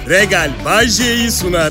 Regal Bajje'yi sunar.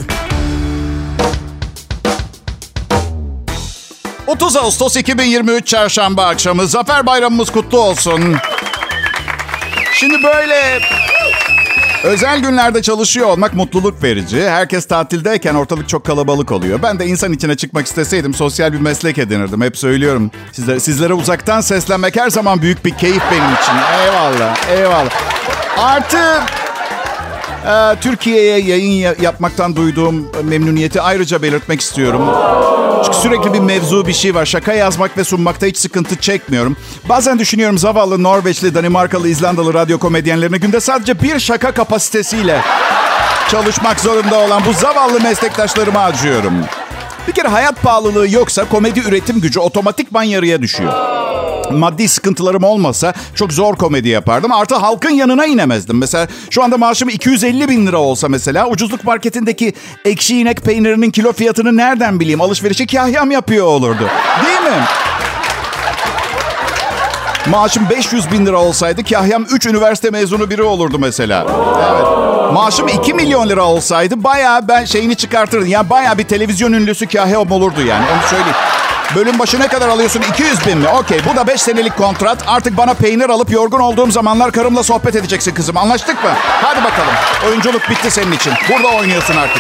30 Ağustos 2023 Çarşamba akşamı. Zafer Bayramımız kutlu olsun. Şimdi böyle özel günlerde çalışıyor olmak mutluluk verici. Herkes tatildeyken ortalık çok kalabalık oluyor. Ben de insan içine çıkmak isteseydim sosyal bir meslek edinirdim. Hep söylüyorum. Sizlere uzaktan seslenmek her zaman büyük bir keyif benim için. Eyvallah, eyvallah. Artı Türkiye'ye yayın yapmaktan duyduğum memnuniyeti ayrıca belirtmek istiyorum. Çünkü sürekli bir mevzu, bir şey var. Şaka yazmak ve sunmakta hiç sıkıntı çekmiyorum. Bazen düşünüyorum zavallı Norveçli, Danimarkalı, İzlandalı radyo komedyenlerine günde sadece bir şaka kapasitesiyle çalışmak zorunda olan bu zavallı meslektaşlarıma acıyorum. Bir kere hayat pahalılığı yoksa komedi üretim gücü otomatikman yarıya düşüyor. Maddi sıkıntılarım olmasa çok zor komedi yapardım. Artı halkın yanına inemezdim. Mesela şu anda maaşım 250 bin lira olsa mesela ucuzluk marketindeki ekşi inek peynirinin kilo fiyatını nereden bileyim? Alışverişi kahyam yapıyor olurdu. Değil mi? Maaşım 500 bin lira olsaydı kahyam 3 üniversite mezunu biri olurdu mesela. Evet. Maaşım 2 milyon lira olsaydı bayağı ben şeyini çıkartırdım. Yani bayağı bir televizyon ünlüsü kahyam olurdu yani. Onu söyleyeyim. Bölüm başı ne kadar alıyorsun? 200 bin mi? Okey. Bu da 5 senelik kontrat. Artık bana peynir alıp yorgun olduğum zamanlar karımla sohbet edeceksin kızım. Anlaştık mı? Hadi bakalım. Oyunculuk bitti senin için. Burada oynuyorsun artık.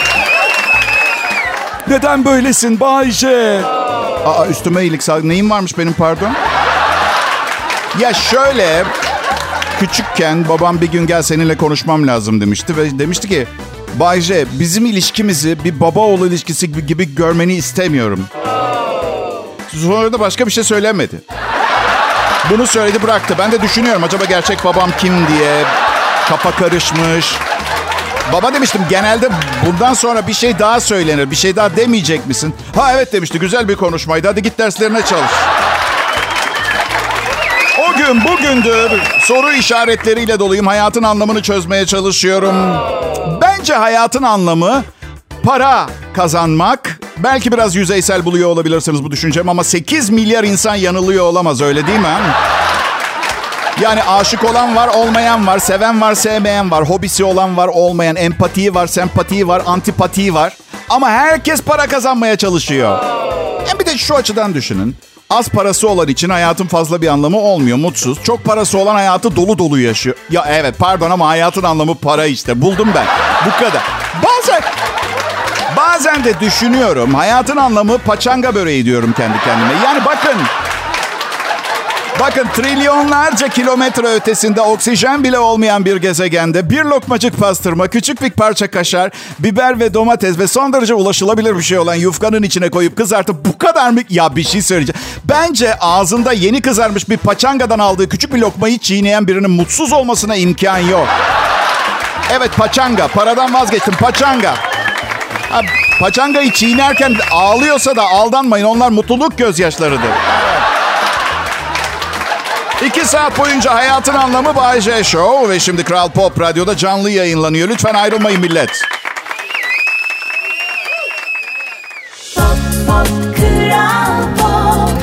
Neden böylesin Bayce? Üstüme iyilik sağlık. Neyim varmış benim pardon? Ya şöyle... Küçükken babam bir gün gel seninle konuşmam lazım demişti. Ve demişti ki... Bayce bizim ilişkimizi bir baba oğlu ilişkisi gibi görmeni istemiyorum. Sonra da başka bir şey söylemedi. Bunu söyledi bıraktı. Ben de düşünüyorum acaba gerçek babam kim diye. Kafa karışmış. Baba demiştim genelde bundan sonra bir şey daha söylenir. Bir şey daha demeyecek misin? Ha evet demişti güzel bir konuşmaydı. Hadi git derslerine çalış. O gün bugündür soru işaretleriyle doluyum. Hayatın anlamını çözmeye çalışıyorum. Bence hayatın anlamı para kazanmak. Belki biraz yüzeysel buluyor olabilirsiniz bu düşüncem ama 8 milyar insan yanılıyor olamaz öyle değil mi? Yani aşık olan var, olmayan var, seven var, sevmeyen var, hobisi olan var, olmayan, empatiyi var, sempatiyi var, antipatiyi var. Ama herkes para kazanmaya çalışıyor. Bir de şu açıdan düşünün. Az parası olan için hayatın fazla bir anlamı olmuyor, mutsuz. Çok parası olan hayatı dolu dolu yaşıyor. Ya evet pardon ama hayatın anlamı para işte. Buldum ben. Bu kadar. Bazen de düşünüyorum. Hayatın anlamı paçanga böreği diyorum kendi kendime. Yani bakın trilyonlarca kilometre ötesinde oksijen bile olmayan bir gezegende bir lokmacık pastırma, küçük bir parça kaşar, biber ve domates ve son derece ulaşılabilir bir şey olan yufkanın içine koyup kızartıp bu kadar mı? Ya bir şey söyleyeceğim. Bence ağzında yeni kızarmış bir paçangadan aldığı küçük bir lokmayı çiğneyen birinin mutsuz olmasına imkan yok. Evet paçanga. Paradan vazgeçtim. Paçanga. Paçangayı çiğnerken ağlıyorsa da aldanmayın. Onlar mutluluk gözyaşlarıdır. 2 saat boyunca hayatın anlamı Bay J Show ve şimdi Kral Pop Radyo'da canlı yayınlanıyor. Lütfen ayrılmayın millet. Pop, pop, Kral Pop.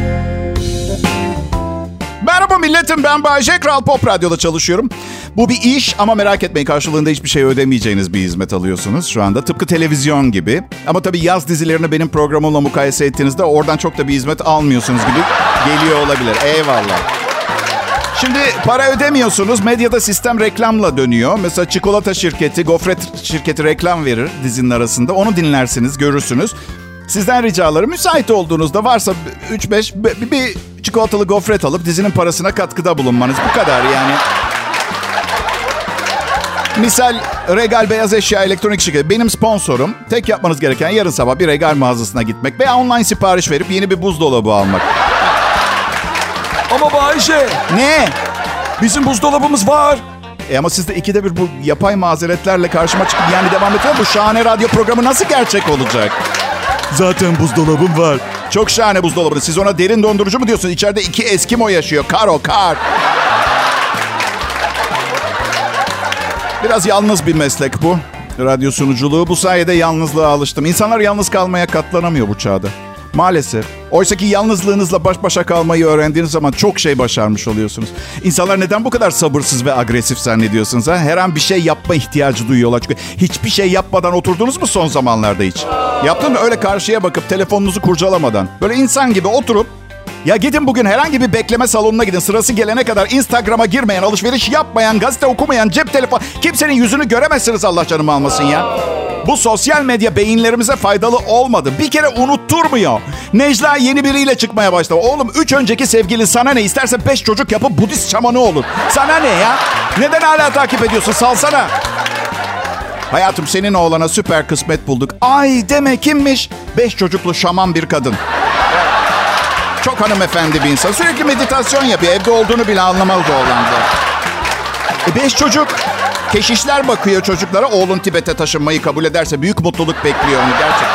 Merhaba milletim, ben Bay J. Kral Pop Radyo'da çalışıyorum. Bu bir iş ama merak etmeyin, karşılığında hiçbir şey ödemeyeceğiniz bir hizmet alıyorsunuz şu anda. Tıpkı televizyon gibi. Ama tabii yaz dizilerini benim programımla mukayese ettiğinizde oradan çok da bir hizmet almıyorsunuz gibi geliyor olabilir. Eyvallah. Şimdi para ödemiyorsunuz. Medyada sistem reklamla dönüyor. Mesela çikolata şirketi, gofret şirketi reklam verir dizinin arasında. Onu dinlersiniz, görürsünüz. Sizden ricalarım müsait olduğunuzda varsa 3-5 bir çikolatalı gofret alıp dizinin parasına katkıda bulunmanız. Bu kadar yani. Misal Regal Beyaz Eşya Elektronik Şirketi benim sponsorum. Tek yapmanız gereken yarın sabah bir Regal mağazasına gitmek veya online sipariş verip yeni bir buzdolabı almak. Ama Bayşe. Ne? Bizim buzdolabımız var. Ama siz de ikide bir bu yapay mazeretlerle karşıma çıkıp yani devam ediyor. Bu şahane radyo programı nasıl gerçek olacak? Zaten buzdolabım var. Çok şahane buzdolabı. Siz ona derin dondurucu mu diyorsunuz? İçeride 2 Eskimo yaşıyor. Kar. Biraz yalnız bir meslek bu. Radyo sunuculuğu. Bu sayede yalnızlığa alıştım. İnsanlar yalnız kalmaya katlanamıyor bu çağda. Maalesef. Oysa ki yalnızlığınızla baş başa kalmayı öğrendiğiniz zaman çok şey başarmış oluyorsunuz. İnsanlar neden bu kadar sabırsız ve agresif zannediyorsunuz? Ha? Her an bir şey yapma ihtiyacı duyuyorlar. Çünkü hiçbir şey yapmadan oturdunuz mu son zamanlarda hiç? Yaptın mı öyle karşıya bakıp telefonunuzu kurcalamadan? Böyle insan gibi oturup ya gidin bugün herhangi bir bekleme salonuna gidin. Sırası gelene kadar Instagram'a girmeyen, alışveriş yapmayan, gazete okumayan, cep telefonu... Kimsenin yüzünü göremezsiniz Allah canımı almasın ya. Bu sosyal medya beyinlerimize faydalı olmadı. Bir kere unutturmuyor. Necla yeni biriyle çıkmaya başladı. Oğlum 3 önceki sevgilin sana ne? İsterse 5 çocuk yapıp Budist şamanı olur. Sana ne ya? Neden hala takip ediyorsun? Salsana. Hayatım senin oğlana süper kısmet bulduk. Ay deme kimmiş? 5 çocuklu şaman bir kadın. Çok hanımefendi bir insan. Sürekli meditasyon yapıyor. Evde olduğunu bile anlamaz oğlanda. 5 çocuk. Keşişler bakıyor çocuklara. Oğlun Tibet'e taşınmayı kabul ederse büyük mutluluk bekliyor onu gerçekten.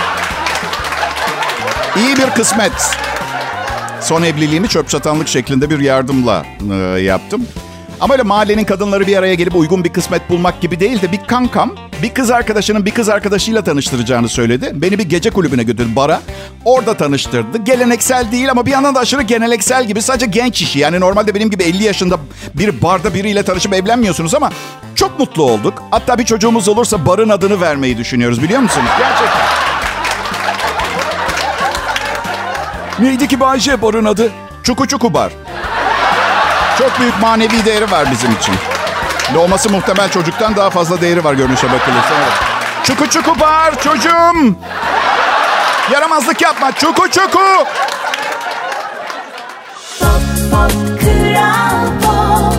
İyi bir kısmet. Son evliliğimi çöp çatanlık şeklinde bir yardımla yaptım. Ama öyle mahallenin kadınları bir araya gelip uygun bir kısmet bulmak gibi değil de bir kankam bir kız arkadaşının bir kız arkadaşıyla tanıştıracağını söyledi. Beni bir gece kulübüne götürdü, bara. Orada tanıştırdı. Geleneksel değil ama bir yandan da aşırı geleneksel gibi. Sadece genç işi. Yani normalde benim gibi 50 yaşında bir barda biriyle tanışıp evlenmiyorsunuz ama çok mutlu olduk. Hatta bir çocuğumuz olursa barın adını vermeyi düşünüyoruz, biliyor musunuz? Gerçekten. Neydi ki Bayce barın adı? Çuku Çuku Bar. Çok büyük manevi değeri var bizim için. Doğması muhtemel çocuktan daha fazla değeri var görünüşe bakılırsa. Evet. Çuku Çuku Bar çocuğum. Yaramazlık yapma. Çuku Çuku. Pop, pop, Kral Pop.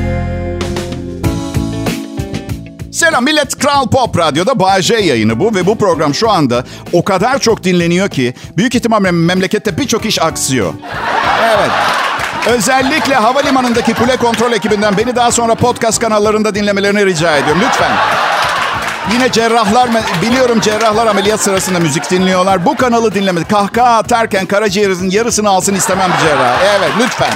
Selam millet, Kral Pop Radyo'da Bay J yayını bu ve bu program şu anda o kadar çok dinleniyor ki büyük ihtimalle memlekette birçok iş aksıyor. Evet. Özellikle havalimanındaki kule kontrol ekibinden beni daha sonra podcast kanallarında dinlemelerini rica ediyorum. Lütfen. Yine cerrahlar, biliyorum cerrahlar ameliyat sırasında müzik dinliyorlar. Bu kanalı dinlemedi. Kahkaha atarken karaciğerinizin yarısını alsın istemem bir cerrah. Evet, lütfen.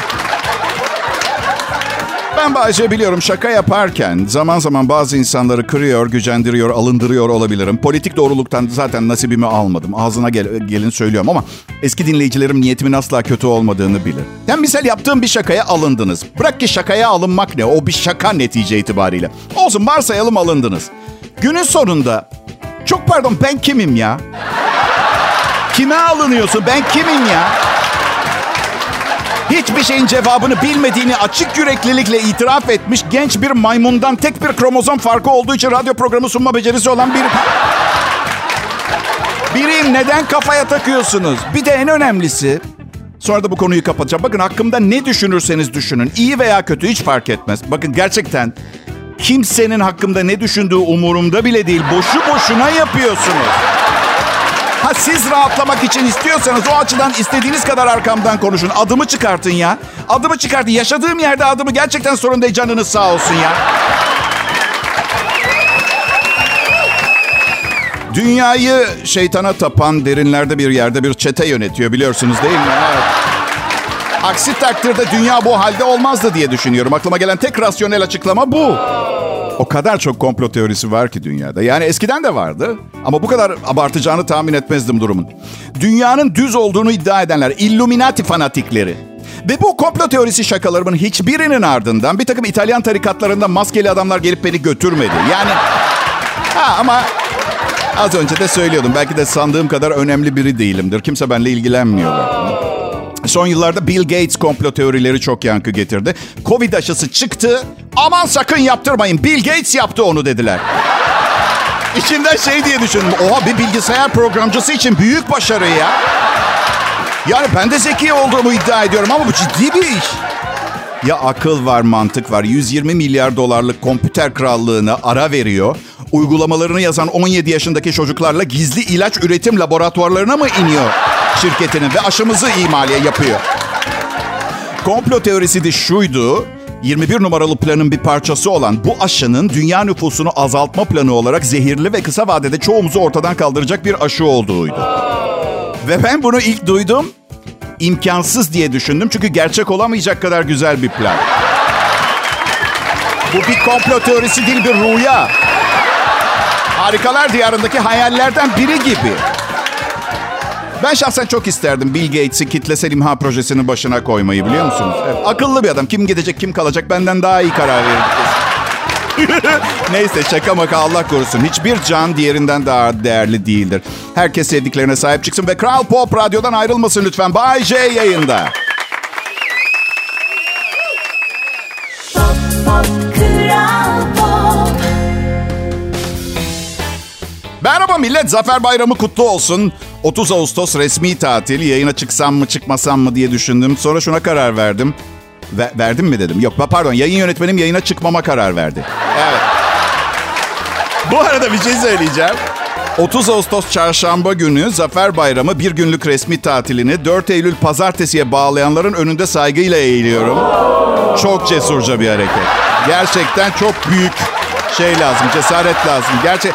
Ben Bayce biliyorum şaka yaparken zaman zaman bazı insanları kırıyor, gücendiriyor, alındırıyor olabilirim. Politik doğruluktan zaten nasibimi almadım. Ağzına gelin söylüyorum ama eski dinleyicilerim niyetimin asla kötü olmadığını bilir. Yani misal yaptığım bir şakaya alındınız. Bırak ki şakaya alınmak ne? O bir şaka netice itibariyle. Olsun varsayalım alındınız. Günün sonunda çok pardon ben kimim ya? Kime alınıyorsun? Ben kimim ya? Hiçbir şeyin cevabını bilmediğini açık yüreklilikle itiraf etmiş genç bir maymundan tek bir kromozom farkı olduğu için radyo programı sunma becerisi olan biriyim. Neden kafaya takıyorsunuz? Bir de en önemlisi, sonra da bu konuyu kapatacağım. Bakın hakkımda ne düşünürseniz düşünün, iyi veya kötü hiç fark etmez. Bakın gerçekten kimsenin hakkımda ne düşündüğü umurumda bile değil. Boşu boşuna yapıyorsunuz. Ha siz rahatlamak için istiyorsanız o açıdan istediğiniz kadar arkamdan konuşun. Adımı çıkartın ya. Adımı çıkartın. Yaşadığım yerde adımı gerçekten sorun değil. Canınız sağ olsun ya. Dünyayı şeytana tapan derinlerde bir yerde bir çete yönetiyor biliyorsunuz değil mi? Evet. Aksi takdirde dünya bu halde olmazdı diye düşünüyorum. Aklıma gelen tek rasyonel açıklama bu. O kadar çok komplo teorisi var ki dünyada. Yani eskiden de vardı ama bu kadar abartacağını tahmin etmezdim durumun. Dünyanın düz olduğunu iddia edenler, Illuminati fanatikleri. Ve bu komplo teorisi şakalarımın hiçbirinin ardından bir takım İtalyan tarikatlarında maskeli adamlar gelip beni götürmedi. Yani ama az önce de söylüyordum. Belki de sandığım kadar önemli biri değilimdir. Kimse benimle ilgilenmiyor. Son yıllarda Bill Gates komplo teorileri çok yankı getirdi. Covid aşısı çıktı. Aman sakın yaptırmayın. Bill Gates yaptı onu dediler. İçimden şey diye düşündüm. Oha bir bilgisayar programcısı için büyük başarı ya. Yani ben de zeki olduğumu iddia ediyorum ama bu ciddi bir iş. Ya akıl var, mantık var. 120 milyar dolarlık kompüter krallığına ara veriyor. Uygulamalarını yazan 17 yaşındaki çocuklarla gizli ilaç üretim laboratuvarlarına mı iniyor şirketinin ve aşımızı imaliye yapıyor? Komplo teorisi de şuydu. 21 numaralı planın bir parçası olan bu aşının dünya nüfusunu azaltma planı olarak zehirli ve kısa vadede çoğumuzu ortadan kaldıracak bir aşı olduğuydu. Ve ben bunu ilk duydum, imkansız diye düşündüm. Çünkü gerçek olamayacak kadar güzel bir plan. Bu bir komplo teorisi değil, bir rüya. Harikalar diyarındaki hayallerden biri gibi. Ben şahsen çok isterdim Bill Gates'i kitlesel imha projesinin başına koymayı, biliyor musunuz? Evet, akıllı bir adam. Kim gidecek, kim kalacak benden daha iyi karar verir. Neyse, şaka maka, Allah korusun. Hiçbir can diğerinden daha değerli değildir. Herkes sevdiklerine sahip çıksın ve Kral Pop Radyo'dan ayrılmasın lütfen. Bay J yayında. Merhaba millet, Zafer Bayramı kutlu olsun. 30 Ağustos resmi tatil. Yayına çıksam mı çıkmasam mı diye düşündüm. Sonra şuna karar verdim. Verdim mi dedim? Yok, pardon, yayın yönetmenim yayına çıkmama karar verdi. Evet. Bu arada bir şey söyleyeceğim. 30 Ağustos çarşamba günü Zafer Bayramı bir günlük resmi tatilini 4 Eylül pazartesiye bağlayanların önünde saygıyla eğiliyorum. Çok cesurca bir hareket. Gerçekten çok büyük şey lazım, cesaret lazım.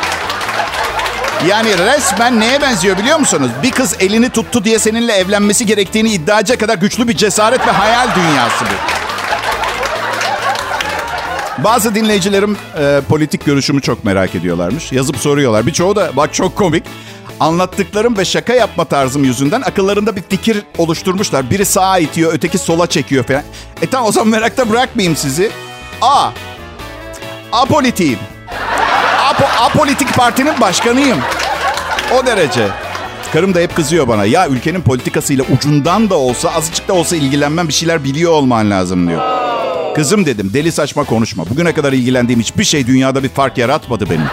Yani resmen neye benziyor biliyor musunuz? Bir kız elini tuttu diye seninle evlenmesi gerektiğini iddia edecek kadar güçlü bir cesaret ve hayal dünyası bu. Bazı dinleyicilerim politik görüşümü çok merak ediyorlarmış. Yazıp soruyorlar. Birçoğu da bak çok komik. Anlattıklarım ve şaka yapma tarzım yüzünden akıllarında bir fikir oluşturmuşlar. Biri sağa itiyor, öteki sola çekiyor falan. Tamam, o zaman merakta bırakmayayım sizi. Apolitiyim. Apolitik partinin başkanıyım. O derece. Karım da hep kızıyor bana. Ya ülkenin politikasıyla ucundan da olsa, azıcık da olsa ilgilenmen, bir şeyler biliyor olman lazım diyor. Kızım dedim, deli saçma konuşma. Bugüne kadar ilgilendiğim hiçbir şey dünyada bir fark yaratmadı benim.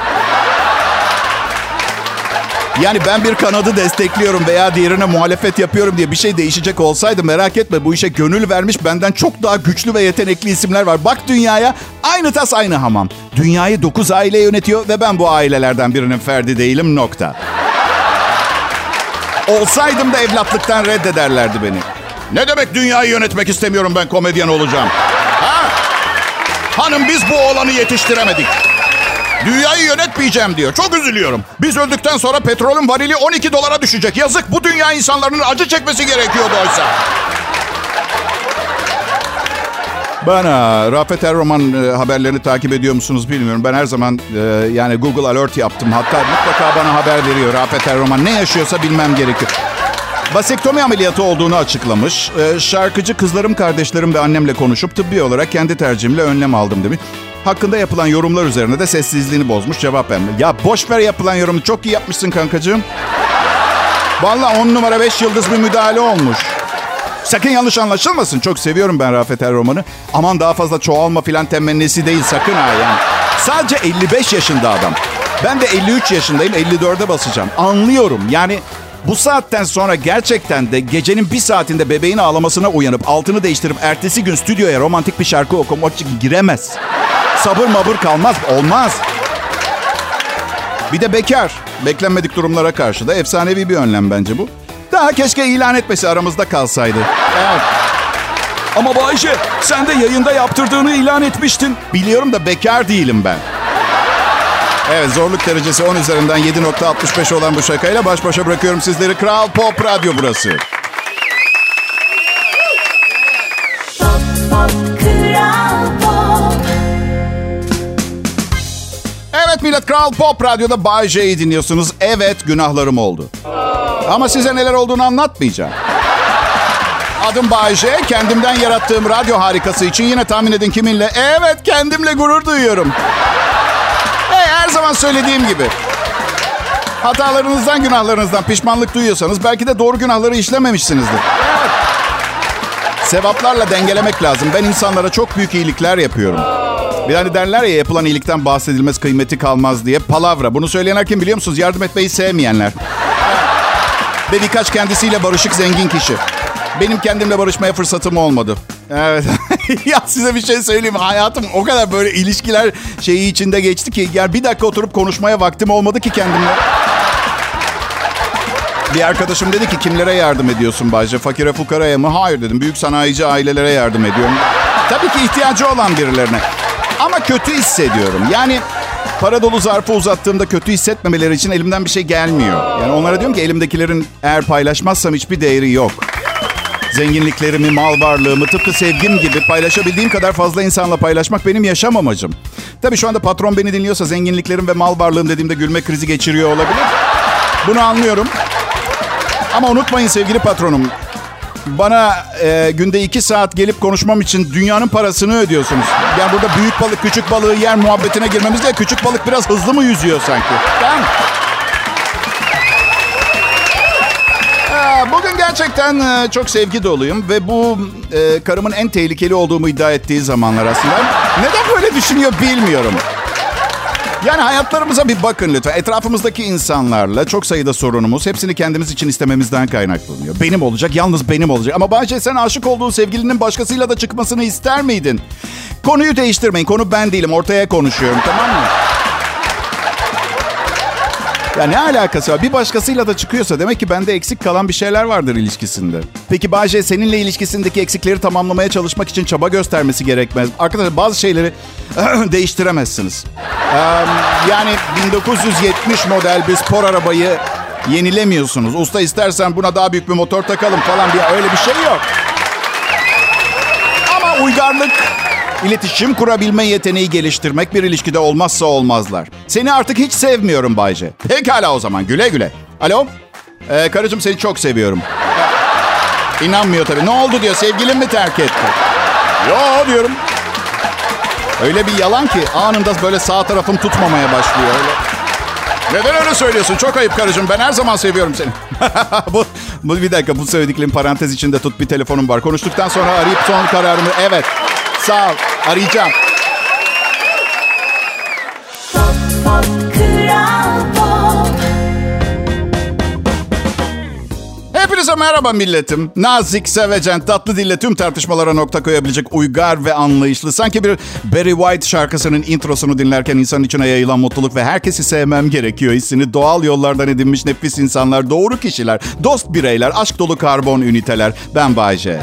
Yani ben bir kanadı destekliyorum veya diğerine muhalefet yapıyorum diye bir şey değişecek olsaydı, merak etme, bu işe gönül vermiş benden çok daha güçlü ve yetenekli isimler var. Bak dünyaya, aynı tas aynı hamam. Dünyayı 9 aile yönetiyor ve ben bu ailelerden birinin ferdi değilim, nokta. Olsaydım da evlatlıktan reddederlerdi beni. Ne demek dünyayı yönetmek istemiyorum, ben komedyen olacağım? Ha? Hanım, biz bu oğlanı yetiştiremedik. Dünyayı yönetmeyeceğim diyor. Çok üzülüyorum. Biz öldükten sonra petrolün varili $12 düşecek. Yazık, bu dünya insanların acı çekmesi gerekiyordu oysa. Ben Rafet Erroman haberlerini takip ediyor musunuz bilmiyorum. Ben her zaman yani Google Alert yaptım. Hatta mutlaka bana haber veriyor Rafet Erroman. Ne yaşıyorsa bilmem gerekiyor. Vasektomi ameliyatı olduğunu açıklamış. Şarkıcı kızlarım, kardeşlerim ve annemle konuşup tıbbi olarak kendi tercihimle önlem aldım demiş. Hakkında yapılan yorumlar üzerine de sessizliğini bozmuş, cevap vermiş. Ya boş ver yapılan yorumu, çok iyi yapmışsın kankacığım. Vallahi 10 numara 5 yıldız bir müdahale olmuş. Sakın yanlış anlaşılmasın. Çok seviyorum ben Rafet Erroman'ı. Aman daha fazla çoğalma filan temennisi değil sakın ha yani. Sadece 55 yaşında adam. Ben de 53 yaşındayım, 54'e basacağım. Anlıyorum yani. Bu saatten sonra gerçekten de gecenin bir saatinde bebeğin ağlamasına uyanıp altını değiştirip ertesi gün stüdyoya romantik bir şarkı okumak için giremez. Sabır mabır kalmaz, olmaz. Bir de bekar. Beklenmedik durumlara karşı da efsanevi bir önlem bence bu. Daha keşke ilan etmesi, aramızda kalsaydı. Evet. Ama Bayşe, sen de yayında yaptırdığını ilan etmiştin. Biliyorum da bekar değilim ben. Evet, zorluk derecesi 10 üzerinden 7.65 olan bu şakayla baş başa bırakıyorum sizleri. Kral Pop Radyo burası. Pop, pop, Kral Pop. Evet millet, Kral Pop Radyo'da Bay J'yi dinliyorsunuz. Evet, günahlarım oldu. Ama size neler olduğunu anlatmayacağım. Adım Bay J. Kendimden yarattığım radyo harikası için yine tahmin edin kiminle? Evet, kendimle gurur duyuyorum. Her zaman söylediğim gibi. Hatalarınızdan, günahlarınızdan pişmanlık duyuyorsanız belki de doğru günahları işlememişsinizdir. Evet. Sevaplarla dengelemek lazım. Ben insanlara çok büyük iyilikler yapıyorum. Bir hani derler ya, yapılan iyilikten bahsedilmez, kıymeti kalmaz diye. Palavra. Bunu söyleyenler kim biliyor musunuz? Yardım etmeyi sevmeyenler. Ve birkaç kendisiyle barışık zengin kişi. Benim kendimle barışmaya fırsatım olmadı. Evet. Ya size bir şey söyleyeyim. Hayatım o kadar böyle ilişkiler şeyi içinde geçti ki. Yani bir dakika oturup konuşmaya vaktim olmadı ki kendimle. Bir arkadaşım dedi ki, kimlere yardım ediyorsun Bayce? Fakire fukaraya mı? Hayır dedim. Büyük sanayici ailelere yardım ediyorum. Tabii ki ihtiyacı olan birilerine. Ama kötü hissediyorum. Yani para dolu zarfı uzattığımda kötü hissetmemeleri için elimden bir şey gelmiyor. Yani onlara diyorum ki elimdekilerin eğer paylaşmazsam hiçbir değeri yok. Zenginliklerimi, mal varlığımı tıpkı sevgim gibi paylaşabildiğim kadar fazla insanla paylaşmak benim yaşam amacım. Tabii şu anda patron beni dinliyorsa zenginliklerim ve mal varlığım dediğimde gülme krizi geçiriyor olabilir. Bunu anlıyorum. Ama unutmayın sevgili patronum. Bana günde 2 saat gelip konuşmam için dünyanın parasını ödüyorsunuz. Yani burada büyük balık küçük balığı yer muhabbetine girmemizde küçük balık biraz hızlı mı yüzüyor sanki? Tamam. Bugün gerçekten çok sevgi doluyum ve bu karımın en tehlikeli olduğumu iddia ettiği zamanlar aslında. Neden böyle düşünüyor bilmiyorum. Yani hayatlarımıza bir bakın lütfen. Etrafımızdaki insanlarla çok sayıda sorunumuz hepsini kendimiz için istememizden kaynaklanıyor. Benim olacak, yalnız benim olacak. Ama Bahçe sen aşık olduğun sevgilinin başkasıyla da çıkmasını ister miydin? Konuyu değiştirmeyin. Konu ben değilim. Ortaya konuşuyorum, tamam mı? Ya ne alakası var? Bir başkasıyla da çıkıyorsa demek ki bende eksik kalan bir şeyler vardır ilişkisinde. Peki Bahçe seninle ilişkisindeki eksikleri tamamlamaya çalışmak için çaba göstermesi gerekmez. Arkadaşlar bazı şeyleri değiştiremezsiniz. Yani 1970 model bir spor arabayı yenilemiyorsunuz. Usta istersen buna daha büyük bir motor takalım falan diye öyle bir şey yok. Ama uygarlık, İletişim kurabilme yeteneği geliştirmek bir ilişkide olmazsa olmazlar. Seni artık hiç sevmiyorum Bayce. Pekala o zaman güle güle. Alo? Karıcığım seni çok seviyorum. İnanmıyor tabii. Ne oldu diyor, sevgilin mi terk etti? Yo diyorum. Öyle bir yalan ki anında böyle sağ tarafım tutmamaya başlıyor. Öyle. Neden öyle söylüyorsun? Çok ayıp karıcığım. Ben her zaman seviyorum seni. bu bir dakika, bu söylediklerim parantez içinde tut, bir telefonum var. Konuştuktan sonra arayıp son kararımı... Evet. Sağ ol. Arayacağım. Hepinize merhaba milletim. Nazik, sevecen, tatlı dille tüm tartışmalara nokta koyabilecek uygar ve anlayışlı. Sanki bir Barry White şarkısının introsunu dinlerken insanın içine yayılan mutluluk ve herkesi sevmem gerekiyor hissini doğal yollardan edinmiş nefis insanlar, doğru kişiler, dost bireyler, aşk dolu karbon üniteler. Ben Bayce.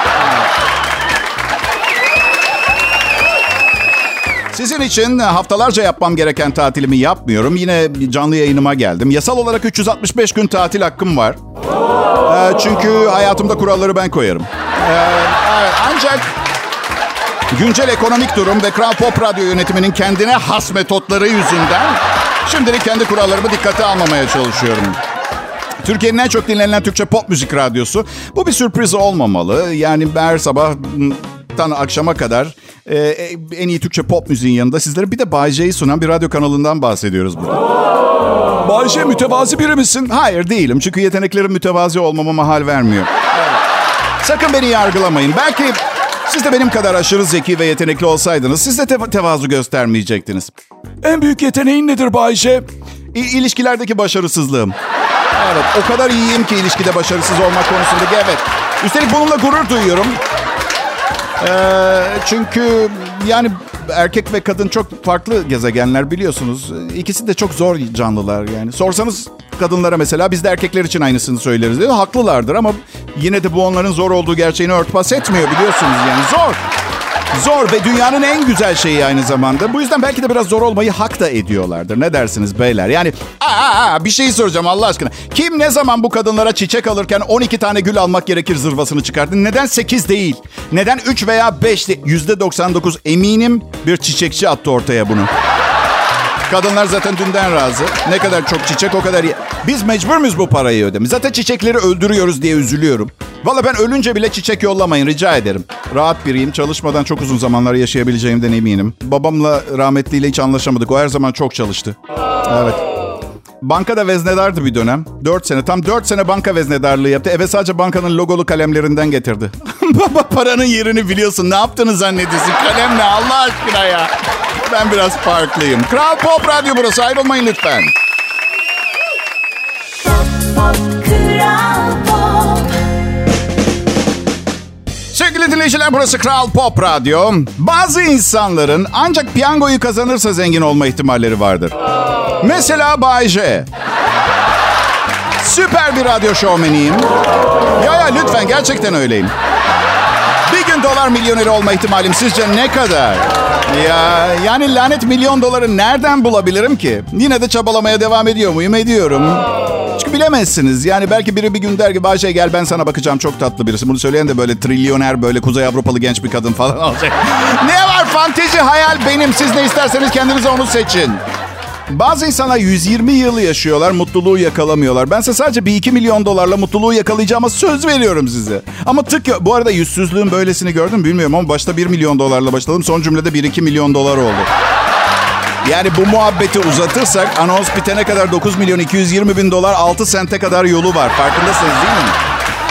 Sizin için haftalarca yapmam gereken tatilimi yapmıyorum. Yine canlı yayınıma geldim. Yasal olarak 365 gün tatil hakkım var. Çünkü hayatımda kuralları ben koyarım. Ancak güncel ekonomik durum ve Kral Pop Radyo yönetiminin kendine has metotları yüzünden şimdilik kendi kurallarımı dikkate almamaya çalışıyorum. Türkiye'nin en çok dinlenilen Türkçe pop müzik radyosu. Bu bir sürpriz olmamalı. Yani her sabahtan akşama kadar en iyi Türkçe pop müziğin yanında sizlere bir de Bay J'yi sunan bir radyo kanalından bahsediyoruz burada. Bay J mütevazi biri misin? Hayır değilim. Çünkü yeteneklerim mütevazi olmama mahal vermiyor. Sakın beni yargılamayın. Belki siz de benim kadar aşırı zeki ve yetenekli olsaydınız siz de tevazu göstermeyecektiniz. En büyük yeteneğin nedir Bay J? İlişkilerdeki başarısızlığım. Evet, o kadar iyiyim ki ilişkide başarısız olmak konusundaki, evet. Üstelik bununla gurur duyuyorum. Çünkü yani erkek ve kadın çok farklı gezegenler biliyorsunuz. İkisi de çok zor canlılar yani. Sorsanız kadınlara mesela biz de erkekler için aynısını söyleriz diyor. Haklılardır ama yine de bu onların zor olduğu gerçeğini örtbas etmiyor biliyorsunuz yani. Zor. Zor ve dünyanın en güzel şeyi aynı zamanda. Bu yüzden belki de biraz zor olmayı hak da ediyorlardır. Ne dersiniz beyler? Yani bir şey soracağım Allah aşkına. Kim ne zaman bu kadınlara çiçek alırken 12 tane gül almak gerekir zırvasını çıkardı? Neden 8 değil? Neden 3 veya 5 değil? %99 eminim bir çiçekçi attı ortaya bunu. Kadınlar zaten dünden razı. Ne kadar çok çiçek o kadar iyi. Biz mecbur muyuz bu parayı ödemeye? Zaten çiçekleri öldürüyoruz diye üzülüyorum. Valla ben ölünce bile çiçek yollamayın rica ederim. Rahat biriyim. Çalışmadan çok uzun zamanlar yaşayabileceğimden eminim. Babamla rahmetliyle hiç anlaşamadık. O her zaman çok çalıştı. Evet. Bankada veznedardı bir dönem. 4 sene. Tam 4 sene banka veznedarlığı yaptı. Eve sadece bankanın logolu kalemlerinden getirdi. Baba paranın yerini biliyorsun. Ne yaptığını zannediyorsun? Kalem ne Allah aşkına ya. Ben biraz farklıyım. Kral Pop Radyo burası. Ayrılmayın lütfen. Sevgili dinleyiciler, burası Kral Pop Radyo. Bazı insanların ancak piyangoyu kazanırsa zengin olma ihtimalleri vardır. Mesela Bay J. Süper bir radyo şovmeniyim. Ya lütfen gerçekten öyleyim. Bir gün dolar milyoneri olma ihtimalim sizce ne kadar? Yani lanet milyon doları nereden bulabilirim ki? Yine de çabalamaya devam ediyor muyum? Ediyorum. Çünkü bilemezsiniz. Yani belki biri bir gün der ki Bayce gel ben sana bakacağım, çok tatlı birisi. Bunu söyleyen de böyle trilyoner, böyle Kuzey Avrupalı genç bir kadın falan olacak. Ne var, fantezi hayal benim. Siz ne isterseniz kendinize onu seçin. Bazı insanlar 120 yıl yaşıyorlar, mutluluğu yakalamıyorlar. Bense sadece 1-2 milyon dolarla mutluluğu yakalayacağıma söz veriyorum size. Ama bu arada yüzsüzlüğün böylesini gördüm bilmiyorum ama başta 1 milyon dolarla başladım. Son cümlede 1-2 milyon dolar oldu. Yani bu muhabbeti uzatırsak anons bitene kadar 9 milyon 220 bin dolar 6 sente kadar yolu var. Farkındasınız değil mi?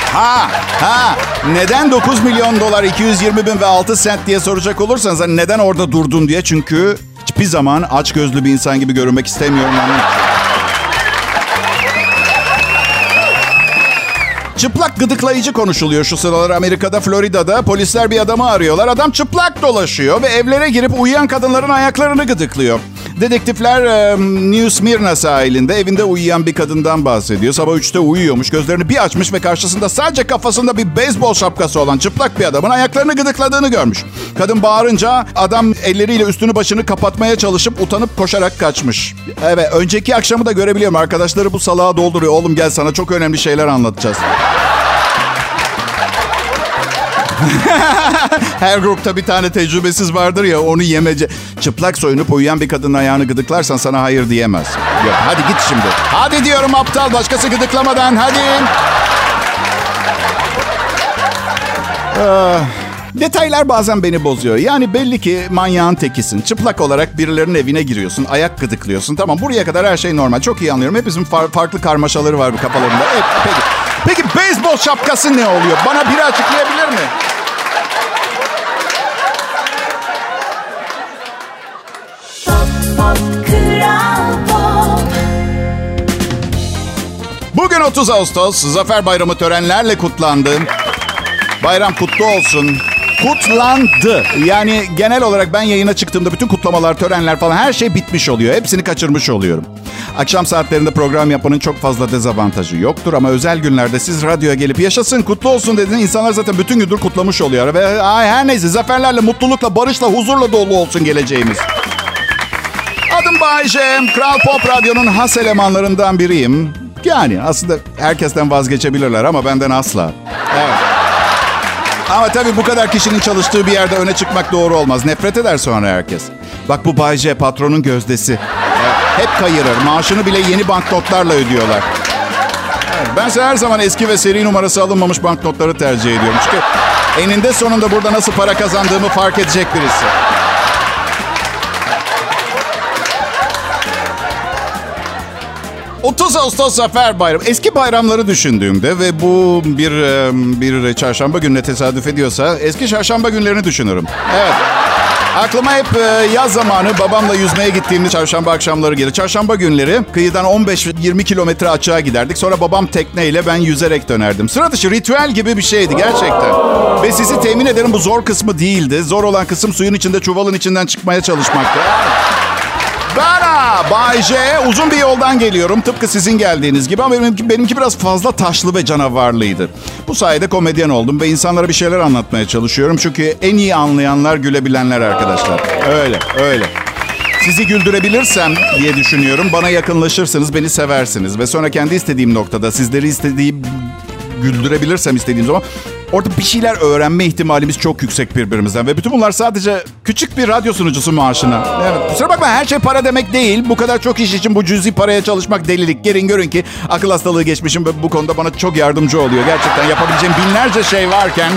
Neden 9 milyon dolar 220 bin ve 6 sent diye soracak olursanız neden orada durdun diye. Çünkü hiçbir zaman açgözlü bir insan gibi görünmek istemiyorum. Çıplak gıdıklayıcı konuşuluyor şu sıralar Amerika'da, Florida'da. Polisler bir adamı arıyorlar. Adam çıplak dolaşıyor ve evlere girip uyuyan kadınların ayaklarını gıdıklıyor. Dedektifler New Smyrna sahilinde evinde uyuyan bir kadından bahsediyor. Sabah 3'te uyuyormuş, gözlerini bir açmış ve karşısında sadece kafasında bir beyzbol şapkası olan çıplak bir adamın ayaklarını gıdıkladığını görmüş. Kadın bağırınca adam elleriyle üstünü başını kapatmaya çalışıp utanıp koşarak kaçmış. Evet, önceki akşamı da görebiliyorum. Arkadaşları bu salağı dolduruyor. Oğlum gel sana çok önemli şeyler anlatacağız. Her grupta bir tane tecrübesiz vardır ya, onu yemece. Çıplak soyunup uyuyan bir kadının ayağını gıdıklarsan sana hayır diyemez. Yok, hadi git şimdi. Hadi diyorum aptal, başkası gıdıklamadan hadi. Detaylar bazen beni bozuyor. Yani belli ki manyağın tekisin. Çıplak olarak birilerinin evine giriyorsun. Ayak gıdıklıyorsun. Tamam, buraya kadar her şey normal. Çok iyi anlıyorum. Hepimizin farklı karmaşaları var kafalarında. Peki beyzbol şapkası ne oluyor? Bana biri açıklayabilir mi? Bugün 30 Ağustos. Zafer Bayramı törenlerle kutlandı. Bayram kutlu olsun. Kutlandı. Yani genel olarak ben yayına çıktığımda bütün kutlamalar, törenler falan her şey bitmiş oluyor. Hepsini kaçırmış oluyorum. Akşam saatlerinde program yapmanın çok fazla dezavantajı yoktur ama özel günlerde siz radyoya gelip yaşasın, kutlu olsun dediğiniz insanlar zaten bütün gündür kutlamış oluyor. Ve her neyse, zaferlerle, mutlulukla, barışla, huzurla dolu olsun geleceğimiz. Adım Bay J. Kral Pop Radyo'nun has elemanlarından biriyim. Yani aslında herkesten vazgeçebilirler ama benden asla. Evet. Ama tabii bu kadar kişinin çalıştığı bir yerde öne çıkmak doğru olmaz. Nefret eder sonra herkes. Bak bu Bay J, patronun gözdesi. Hep kayırır. Maaşını bile yeni banknotlarla ödüyorlar. Bense her zaman eski ve seri numarası alınmamış banknotları tercih ediyorum. Çünkü eninde sonunda burada nasıl para kazandığımı fark edecek birisi. ...30 Ağustos Zafer Bayramı. Eski bayramları düşündüğümde ve bu bir çarşamba gününe tesadüf ediyorsa... ...eski çarşamba günlerini düşünürüm. Evet. Aklıma hep yaz zamanı babamla yüzmeye gittiğimiz çarşamba akşamları gelir. Çarşamba günleri kıyıdan 15-20 kilometre açığa giderdik. Sonra babam tekneyle, ben yüzerek dönerdim. Sıra dışı ritüel gibi bir şeydi gerçekten. Ve sizi temin ederim bu zor kısmı değildi. Zor olan kısım suyun içinde, çuvalın içinden çıkmaya çalışmaktı. Bay J, uzun bir yoldan geliyorum. Tıpkı sizin geldiğiniz gibi ama benimki biraz fazla taşlı ve canavarlıydı. Bu sayede komedyen oldum ve insanlara bir şeyler anlatmaya çalışıyorum. Çünkü en iyi anlayanlar gülebilenler arkadaşlar. Öyle. Sizi güldürebilirsem diye düşünüyorum. Bana yakınlaşırsınız, beni seversiniz. Ve sonra kendi istediğim noktada sizleri güldürebilirsem istediğim zaman... Orada bir şeyler öğrenme ihtimalimiz çok yüksek birbirimizden. Ve bütün bunlar sadece küçük bir radyo sunucusu maaşına. Evet, kusura bakma, her şey para demek değil. Bu kadar çok iş için bu cüzi paraya çalışmak delilik. Gelin görün ki akıl hastalığı geçmişim ve bu konuda bana çok yardımcı oluyor. Gerçekten yapabileceğim binlerce şey varken...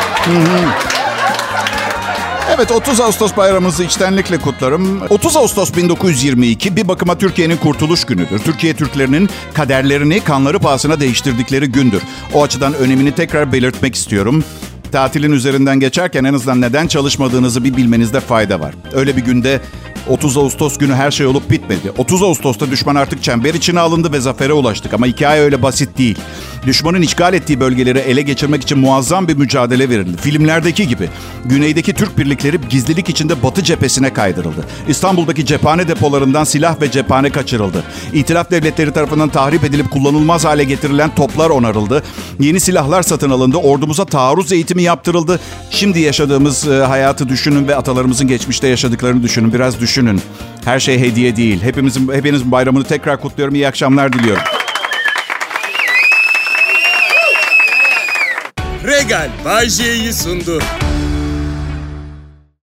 Evet, 30 Ağustos bayramımızı içtenlikle kutlarım. 30 Ağustos 1922 bir bakıma Türkiye'nin kurtuluş günüdür. Türkiye Türklerinin kaderlerini kanları pahasına değiştirdikleri gündür. O açıdan önemini tekrar belirtmek istiyorum. Tatilin üzerinden geçerken en azından neden çalışmadığınızı bir bilmenizde fayda var. Öyle bir günde 30 Ağustos günü her şey olup bitmedi. 30 Ağustos'ta düşman artık çember içine alındı ve zafere ulaştık. Ama hikaye öyle basit değil. Düşmanın işgal ettiği bölgeleri ele geçirmek için muazzam bir mücadele verildi. Filmlerdeki gibi. Güneydeki Türk birlikleri gizlilik içinde Batı cephesine kaydırıldı. İstanbul'daki cephane depolarından silah ve cephane kaçırıldı. İtilaf devletleri tarafından tahrip edilip kullanılmaz hale getirilen toplar onarıldı. Yeni silahlar satın alındı. Ordumuza taarruz eğitimi yaptırıldı. Şimdi yaşadığımız hayatı düşünün ve atalarımızın geçmişte yaşadıklarını düşünün. Biraz düşünün. Her şey hediye değil. Hepinizin bayramını tekrar kutluyorum. İyi akşamlar diliyorum. Regal Bay J'yi sundu.